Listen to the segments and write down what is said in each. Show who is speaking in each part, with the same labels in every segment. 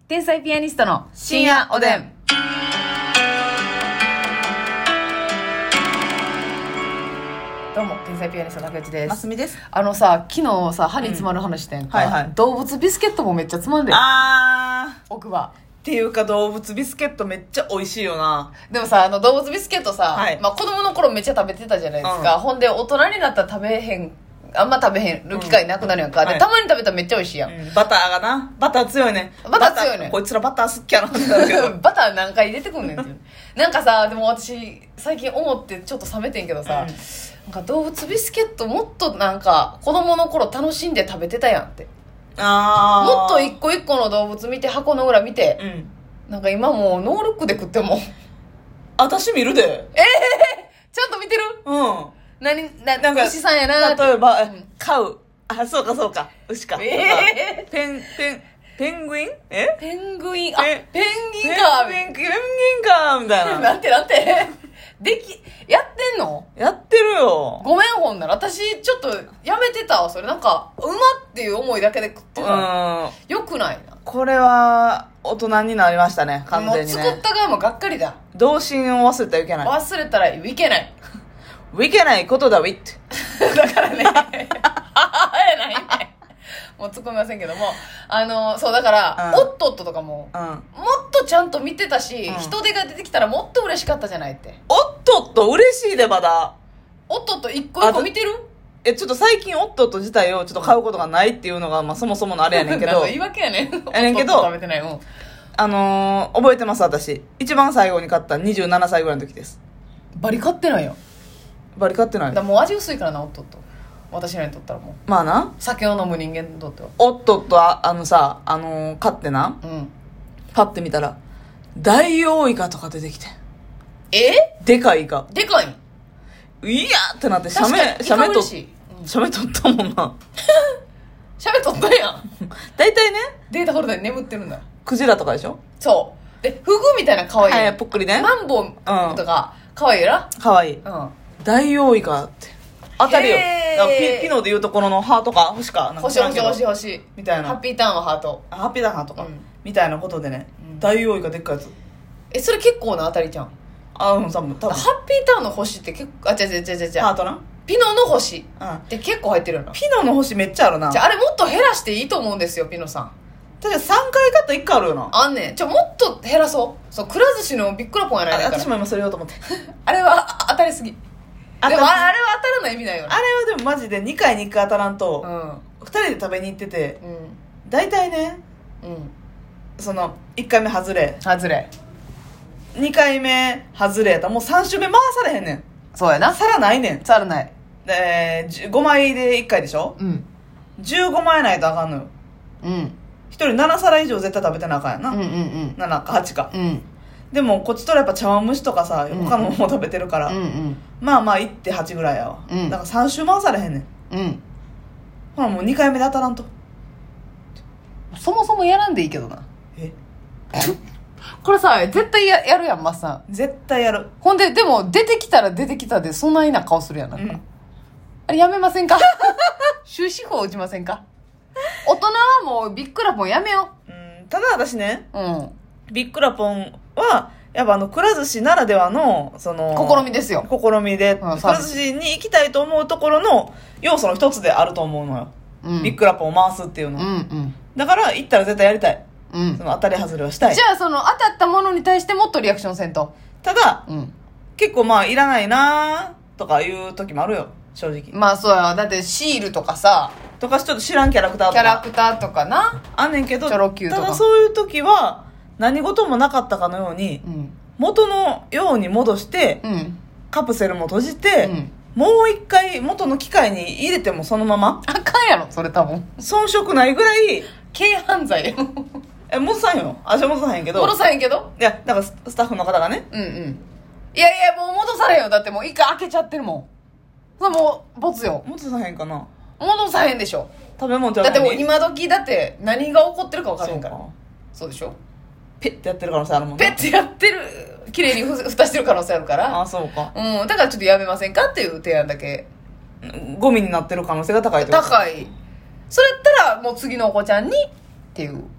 Speaker 1: 天才ピアニストの深夜おでん。どうも天才ピアニスト竹内です。
Speaker 2: ますみです。
Speaker 1: 昨日さ歯に詰まる話してんか、
Speaker 2: はいはい、
Speaker 1: 動物ビスケットもめっちゃ詰まんで奥歯
Speaker 2: っていうか動物ビスケットめっちゃ美味しいよな。
Speaker 1: でもさ動物ビスケットさ、
Speaker 2: はい、
Speaker 1: 子供の頃めっちゃ食べてたじゃないですか、ほんで大人になったらあんま食べへんる機会なくなるやんか、でたまに食べたらめっちゃ美味しいやん、
Speaker 2: バターがな、バター強いね。
Speaker 1: バター強いね。
Speaker 2: こいつらバター好きやなってなるけど
Speaker 1: バター何回入れてくんねんっていうなんかさ、でも私最近思ってちょっと冷めてんけどさ、なんか動物ビスケットもっとなんか子供の頃楽しんで食べてたやんって。もっと一個一個の動物見て箱の裏見て、なんか今もうノールックで食っても
Speaker 2: 私見るで。
Speaker 1: ちゃんと見てる？
Speaker 2: なんか
Speaker 1: 牛さんやな。
Speaker 2: 例えば、飼う。あ、そうか。牛か。ペングイン？
Speaker 1: ペングイン。
Speaker 2: ペンギンかみたいな。
Speaker 1: なんてやってんの？
Speaker 2: やってるよ。
Speaker 1: ごめん、ほんなら私ちょっとやめてたわ。それなんか馬っていう思いだけで食ってた。よくないな。
Speaker 2: これは大人になりましたね、完全にね。
Speaker 1: もう作った側もがっかりだ。
Speaker 2: 童心を忘れてはいけない。
Speaker 1: 忘れたらいけない。
Speaker 2: いけないことだウィット。
Speaker 1: だからねないね。もう突っ込みませんけども、そうだから、おっとっととかも、もっとちゃんと見てたし、人手が出てきたらもっと嬉しかったじゃないって。
Speaker 2: おっとっと嬉しいで。まだ
Speaker 1: おっとっと一個一個見てる？
Speaker 2: ちょっと最近おっとっと自体をちょっと買うことがないっていうのが、そもそものあれやねんけど
Speaker 1: 言い訳やねん。
Speaker 2: やねんけど、
Speaker 1: 食べてない。
Speaker 2: 覚えてます。私一番最後に買った27歳ぐらいの時です。
Speaker 1: バリ買ってないよ。
Speaker 2: バリ買ってない。
Speaker 1: だもう味薄いからな、おっとっと。私らにとったらもう
Speaker 2: まあな、
Speaker 1: 酒を飲む人間にとっては
Speaker 2: おっとっと買ってな、パッて見たらダイオウイカとか出てきて、でかいイカ、
Speaker 1: でかい
Speaker 2: いやーってなって、写メ撮ったもんな。
Speaker 1: 写メ撮ったやん。
Speaker 2: 大体ね、
Speaker 1: データホルダーに眠ってるんだ。
Speaker 2: クジラとかでしょ。
Speaker 1: そうで、フグみたいな可愛い、
Speaker 2: ぽっくりね、
Speaker 1: マンボウとか可愛いよな。
Speaker 2: 可愛い。ダイオウイカって当たりよ。ピノでいうところのハートか星かなんか知らんけど、
Speaker 1: 星
Speaker 2: みたいな。
Speaker 1: ハッピーターンはハート、
Speaker 2: ハッピーターンハートか、みたいなことでね、ダイオウイカでっかいやつ。
Speaker 1: それ結構な当たりじゃん。
Speaker 2: 多分
Speaker 1: ハッピーターンの星って結構、違う
Speaker 2: ハートな。
Speaker 1: ピノの星って結構入ってるよな。
Speaker 2: ピノの星めっちゃあるな。
Speaker 1: あれもっと減らしていいと思うんですよ、ピノさん。
Speaker 2: 確かに3回買ったら1回あるよな。
Speaker 1: あんねん。もっと減らそう。そう、くら寿司のビックラポンやないから。
Speaker 2: 私も今それ言おうと思って。
Speaker 1: あれは当たりすぎ。でもあれは当たらない意味ないよね。
Speaker 2: あれはでもマジで2回に1回当たらんと、2人で食べに行ってて、大体ね、その1回目外れ2回目外れやったらもう3周目回されへんねん。
Speaker 1: そうやな。
Speaker 2: 皿ないねん。
Speaker 1: 皿ない。
Speaker 2: で5枚で1回でしょ。15枚ないとあかんのよ。1人7皿以上絶対食べてなあかんやな。7か8か。でもこっちとらやっぱ茶碗蒸しとかさ、他のものも食べてるから、まあ 1.8 ぐらいやわ。だから3周回されへんねん。ほらもう2回目で当たらんと。
Speaker 1: そもそもやらんでいいけどな。これさ絶対やるやん、マッサン。絶
Speaker 2: 対やる。
Speaker 1: ほんででも出てきたら出てきたでそんなにな顔するやん。なんか、あれやめませんか？終止符打ちませんか？大人はもうビックラポンやめよう。
Speaker 2: ただ私ね、ビックラポンはやっぱくら寿司ならではのその
Speaker 1: 試みですよ。
Speaker 2: 試みで、くら寿司に行きたいと思うところの要素の一つであると思うのよ、ビックラポンを回すっていうのは、だから行ったら絶対やりたい、その当たり外れはしたい。
Speaker 1: じゃあその当たったものに対してもっとリアクションせんと。
Speaker 2: ただ、結構いらないなとかいう時もあるよ、正直。
Speaker 1: まあそうや。だってシールとかさ
Speaker 2: ちょっと知らんキャラクターとかなあんねんけど、
Speaker 1: チョロ Q とか。
Speaker 2: ただそういう時は何事もなかったかのように、元のように戻して、カプセルも閉じて、もう一回元の機械に入れてもそのまま
Speaker 1: あかんやろそれ。多分
Speaker 2: 遜色ないぐらい
Speaker 1: 軽犯罪よ。
Speaker 2: 戻さんよ。私は戻さへんけど。
Speaker 1: 戻さへんけど、
Speaker 2: いやだからスタッフの方がね、
Speaker 1: いやもう戻されんよ。だってもう一回開けちゃってるもん。それもうボツよ。
Speaker 2: 戻さへんかな。
Speaker 1: 戻さへんでしょ。
Speaker 2: 食べ物
Speaker 1: だってもう今時だって何が起こってるか分からへんから。そうでしょ。
Speaker 2: ペッてやってる可能性あるもん
Speaker 1: ね。ペッてやってる、綺麗に蓋してる可能性あるから。
Speaker 2: そうか。
Speaker 1: だからちょっとやめませんかっていう提案だけ。
Speaker 2: ゴミになってる可能性が高いってこと。
Speaker 1: 高い。それやったらもう次のお子ちゃんにっていう。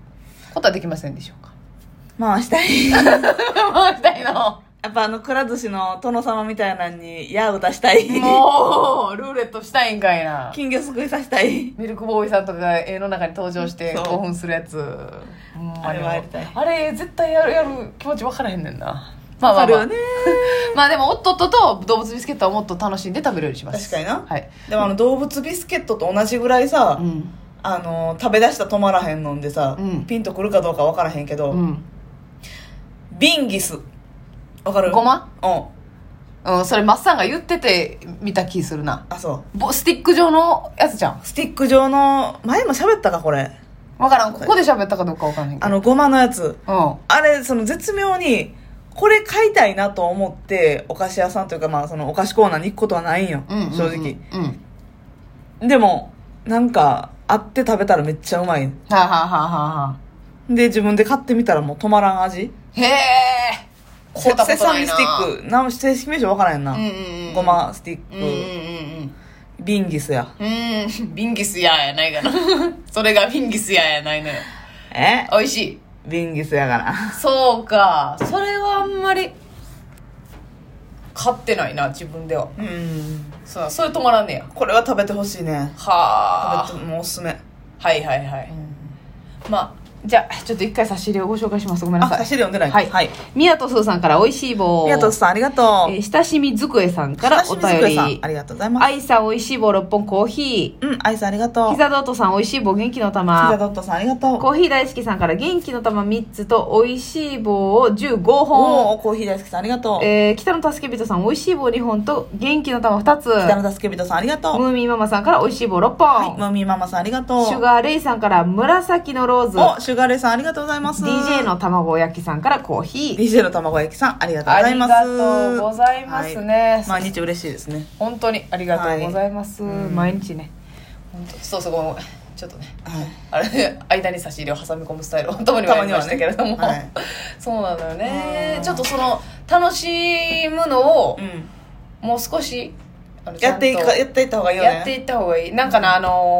Speaker 1: ことはできませんでしょうか？
Speaker 2: 回したい。
Speaker 1: 回したいの。
Speaker 2: やっぱくら寿司の殿様みたいなのに、や歌したい。
Speaker 1: もう、ルーレットしたいんかいな。
Speaker 2: 金魚すくいさせたい。
Speaker 1: ミルクボーイさんとかが絵の中に登場して興奮するやつ。
Speaker 2: あれはやりたい。
Speaker 1: あれ、絶対やる気持ち分からへんねんな。まあまあまあ。
Speaker 2: あるよね。
Speaker 1: まあでも、夫と動物ビスケットはもっと楽しんで食べるようにします。
Speaker 2: 確かにな。
Speaker 1: はい。
Speaker 2: でも動物ビスケットと同じぐらいさ、食べ出したら止まらへんのんでさ、ピンとくるかどうか分からへんけど、ビンギス。わかる？
Speaker 1: ごま？うん、それマッサンが言ってて見た気するな。
Speaker 2: あ、そう。
Speaker 1: スティック状のやつじゃん。
Speaker 2: スティック状の、前も喋ったかこれ。
Speaker 1: わからん。ここで喋ったかどうかわからへんけど。
Speaker 2: ごまのやつ。
Speaker 1: あ
Speaker 2: れ、絶妙に、これ買いたいなと思って、お菓子屋さんというか、まあ、お菓子コーナーに行くことはないんよ。正直。でも、なんか、会って食べたらめっちゃうまい。
Speaker 1: はははは
Speaker 2: で、自分で買ってみたらもう止まらん味。
Speaker 1: へえ。
Speaker 2: セサミスティック。正式名称分からへんな。ごまスティック。ビンギスや。
Speaker 1: ビンギスやないかな。それがビンギスやないのよ。美味しい。
Speaker 2: ビンギスやから。
Speaker 1: そうか。それはあんまり買ってないな、自分では。それ止まらんねや。
Speaker 2: これは食べてほしいね。
Speaker 1: はあ。
Speaker 2: 食べてもおすすめ。
Speaker 1: はいはいはい。まあじゃあちょっと一回差し入れをご紹介します。ごめんなさい。
Speaker 2: 差し入れ読んでない。
Speaker 1: はい。宮戸すーさんからおいしい棒。
Speaker 2: 宮戸さんありがとう。
Speaker 1: 親しみずくえさんからお便り。
Speaker 2: ありがとうございます。
Speaker 1: 愛さんおいしい棒6本コーヒー。
Speaker 2: 愛さんありがとう。
Speaker 1: ひざドットさんおいしい棒元気の玉。
Speaker 2: ひざドットさんありがとう。
Speaker 1: コーヒー大好きさんから元気の玉3つとおいしい棒を15本。
Speaker 2: コーヒー大好きさんありがとう。
Speaker 1: 北野助け人さんおいしい棒2本と元気の玉2つ。
Speaker 2: 北野助け人さんありがとう。
Speaker 1: ムーミーママさんからおいしい棒6本。
Speaker 2: ムーミーママさんありがとう。
Speaker 1: シュガーレイさんから紫のローズ。
Speaker 2: シュガーレイさんありがとうございます。
Speaker 1: DJ の卵焼きさんからコーヒー。
Speaker 2: DJ の卵焼きさんありがとうございます。
Speaker 1: ありがとうございますね。
Speaker 2: 毎日嬉しいですね。
Speaker 1: 本当にありがとうございます。毎日ね。本当そうそうちょっとね、あれ間に差し入れを挟み込むスタイルをたまにはやりましたけれども、そうなのよね。ちょっと楽しむのをもう少し
Speaker 2: やっていった方がいいよね。
Speaker 1: やっていった方がいい。なんかな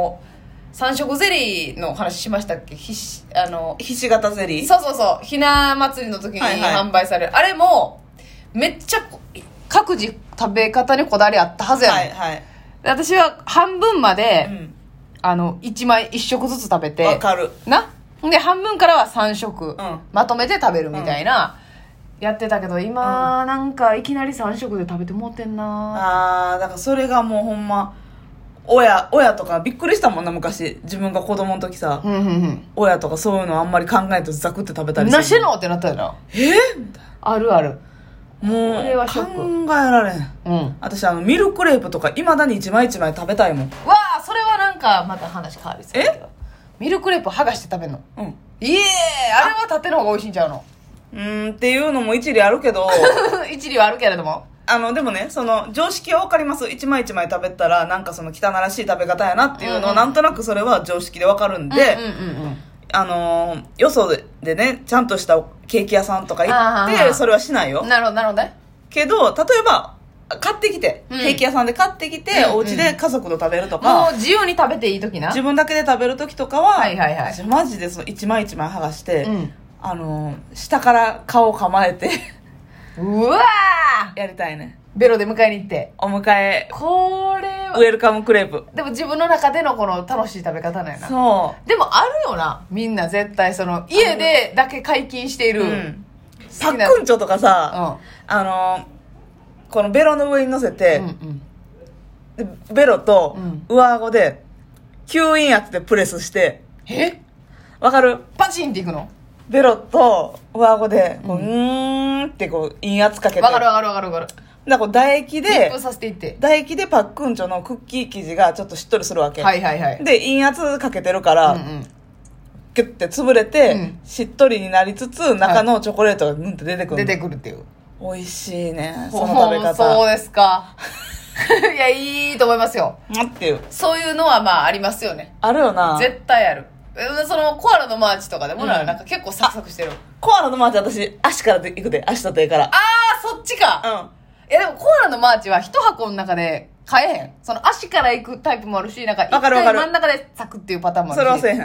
Speaker 1: 3色ゼリーの話しましたっけ？ひし形ゼリー？そうひな祭りの時に販売される、あれもめっちゃ各自食べ方にこだわりあったはずやねん。私は半分まで、1食ずつ食べて、
Speaker 2: わかる
Speaker 1: な。で半分からは3食、まとめて食べるみたいな、やってたけど今、なんかいきなり3食で食べてもうてんな。
Speaker 2: だからそれがもうほんま親とかびっくりしたもんな。昔自分が子供の時さ、親とかそういうのあんまり考えずザクって食べたりする。
Speaker 1: なしてんのってなったよな。あるある。
Speaker 2: もう考えられん。私私ミルクレープとかいまだに一枚一枚食べたいもん。
Speaker 1: わあ、それはなんかまた話変わりそうだけど。ミルクレープ剥がして食べるの？あれは縦の方が美味しいんちゃうの？
Speaker 2: っていうのも一理あるけど
Speaker 1: 一理はあるけれども、
Speaker 2: でもね、常識は分かります。一枚一枚食べたらなんか汚らしい食べ方やなっていうのを、なんとなくそれは常識で分かるんで、よそでね、ちゃんとしたケーキ屋さんとか行ってそれはしないよ。
Speaker 1: なるほどなるほど。
Speaker 2: けど例えば買ってきて、ケーキ屋さんで買ってきて、お家で家族と食べるとか、
Speaker 1: もう自由に食べていい時な。
Speaker 2: 自分だけで食べる時とかは、マジで一枚一枚剥がして、下から顔を構えて
Speaker 1: うわー
Speaker 2: やりたいね。
Speaker 1: ベロで迎えに行って
Speaker 2: お迎え、
Speaker 1: これは
Speaker 2: ウェルカムクレープ。
Speaker 1: でも自分の中でのこの楽しい食べ方なんやな。
Speaker 2: そう
Speaker 1: でもあるよな、みんな絶対家でだけ解禁している、
Speaker 2: パックンチョとかさ、このベロの上に乗せて、でベロと上顎で吸引圧でプレスして、わかる？
Speaker 1: パチンっていくの？
Speaker 2: ベロと上顎でこう、って陰圧かけて、
Speaker 1: わかる
Speaker 2: だから唾液で
Speaker 1: させていって、
Speaker 2: 唾液でパックンチョのクッキー生地がちょっとしっとりするわけ。で陰圧かけてるから、キュッて潰れて、しっとりになりつつ中のチョコレートがグンって出てくるっていう。美味しいね、その食べ方。
Speaker 1: そうですか。いや、いいと思いますよ。
Speaker 2: っていう、
Speaker 1: そういうのはまあありますよね。
Speaker 2: あるよな、絶
Speaker 1: 対ある。コアラのマーチとかでもなんか結構サクサクしてる。
Speaker 2: コアラのマーチ私足から行くで、足と手から。
Speaker 1: そっちか。いやでもコアラのマーチは一箱の中で買えへん。足から行くタイプもあるし、なんか一回真ん中でサクっていうパターンもあるし。
Speaker 2: それはせえへん。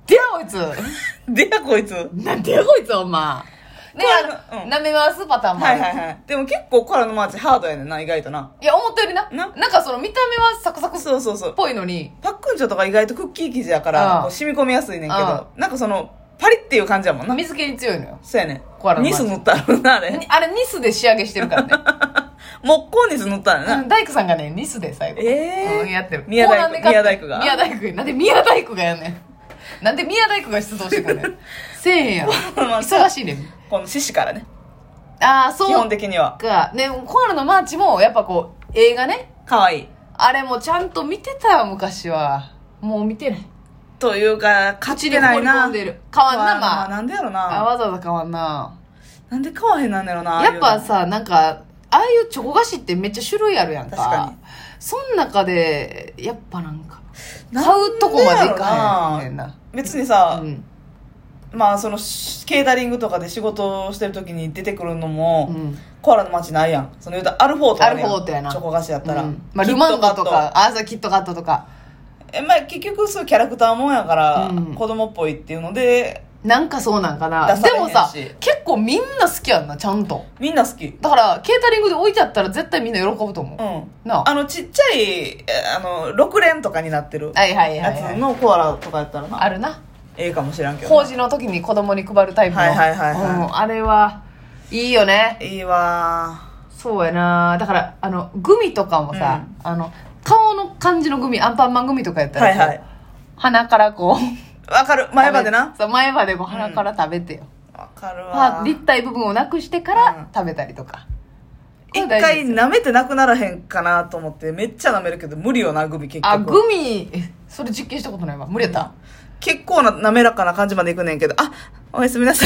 Speaker 1: でやこいつ
Speaker 2: でやこいつ
Speaker 1: なんでやこいつお前で、舐め回すパターンもある。
Speaker 2: はいはいはい。でも結構コアラのマーチハードやねんな、意外とな。
Speaker 1: いや、思ったよりな。なんかその見た目はサクサク
Speaker 2: そうそうそう
Speaker 1: っぽいのに。
Speaker 2: パックンチョとか意外とクッキー生地やから、こう染み込みやすいねんけど、なんかその、パリっていう感じやもんな。
Speaker 1: 水気に強いのよ。
Speaker 2: そうやねん。
Speaker 1: コアラの
Speaker 2: ニス塗ったのな、あれ。
Speaker 1: あれニスで仕上げしてるからね。
Speaker 2: 木工ニス塗ったのな。
Speaker 1: 大工さんがね、ニスで最後。やってる。
Speaker 2: 宮大工が。
Speaker 1: 宮大工。なんで宮大工がやんねん。なんで宮大工が出動してくんねん。せえへんやろ。忙しいねん。
Speaker 2: この獅子からね。
Speaker 1: ああ、そう。
Speaker 2: 基本的には。
Speaker 1: ね、コアラのマーチも、やっぱこう、映画ね。
Speaker 2: かわいい。
Speaker 1: あれもちゃんと見てたよ、昔は。もう見てない。
Speaker 2: というか、買ってないな。
Speaker 1: 口で放り込んでる。変わんな、まあ。
Speaker 2: なんでやろな。
Speaker 1: わざわざ変わんな。
Speaker 2: なんで買わへんなんやろな。
Speaker 1: やっぱさ、なんか、ああいうチョコ菓子ってめっちゃ種類あるやんか。
Speaker 2: 確かに。
Speaker 1: そん中で、やっぱなんか、買うとこまでいかへんねんな。
Speaker 2: 別にさ、まあそのケータリングとかで仕事をしてる時に出てくるのも、コアラの街ないやん。その言うたらアルフォートやねん。
Speaker 1: アルフォートやな。
Speaker 2: チョコ菓子やったら。
Speaker 1: まあルマンドとか、そうキットカットとか。
Speaker 2: まあ結局そういうキャラクターもんやから、子供っぽいっていうので、
Speaker 1: なんかそうなんかな。でもさ、結構みんな好きやんな、ちゃんと。
Speaker 2: みんな好き。
Speaker 1: だから、ケータリングで置いてあったら絶対みんな喜ぶと思う。
Speaker 2: なあ。ちっちゃい、6連とかになってるやつのコアラとかやったらな。
Speaker 1: あるな。
Speaker 2: ええかもしらんけど。
Speaker 1: 法事の時に子供に配るタイプの。あれは、いいよね。
Speaker 2: いいわ。
Speaker 1: そうやな。だから、グミとかもさ、顔の感じのグミ、アンパンマングミとかやったら、鼻からこう、
Speaker 2: わかる。前歯でな。
Speaker 1: そう、前歯でこう鼻から食べてよ。
Speaker 2: わかるわ。
Speaker 1: 立体部分をなくしてから食べたりとか。
Speaker 2: 一回舐めてなくならへんかなと思って、めっちゃ舐めるけど、無理よな、グミ結局。
Speaker 1: あ、グミ、それ実験したことないわ。無理やった。
Speaker 2: 結構な滑らかな感じまでいくねんけど、おやすみなさい。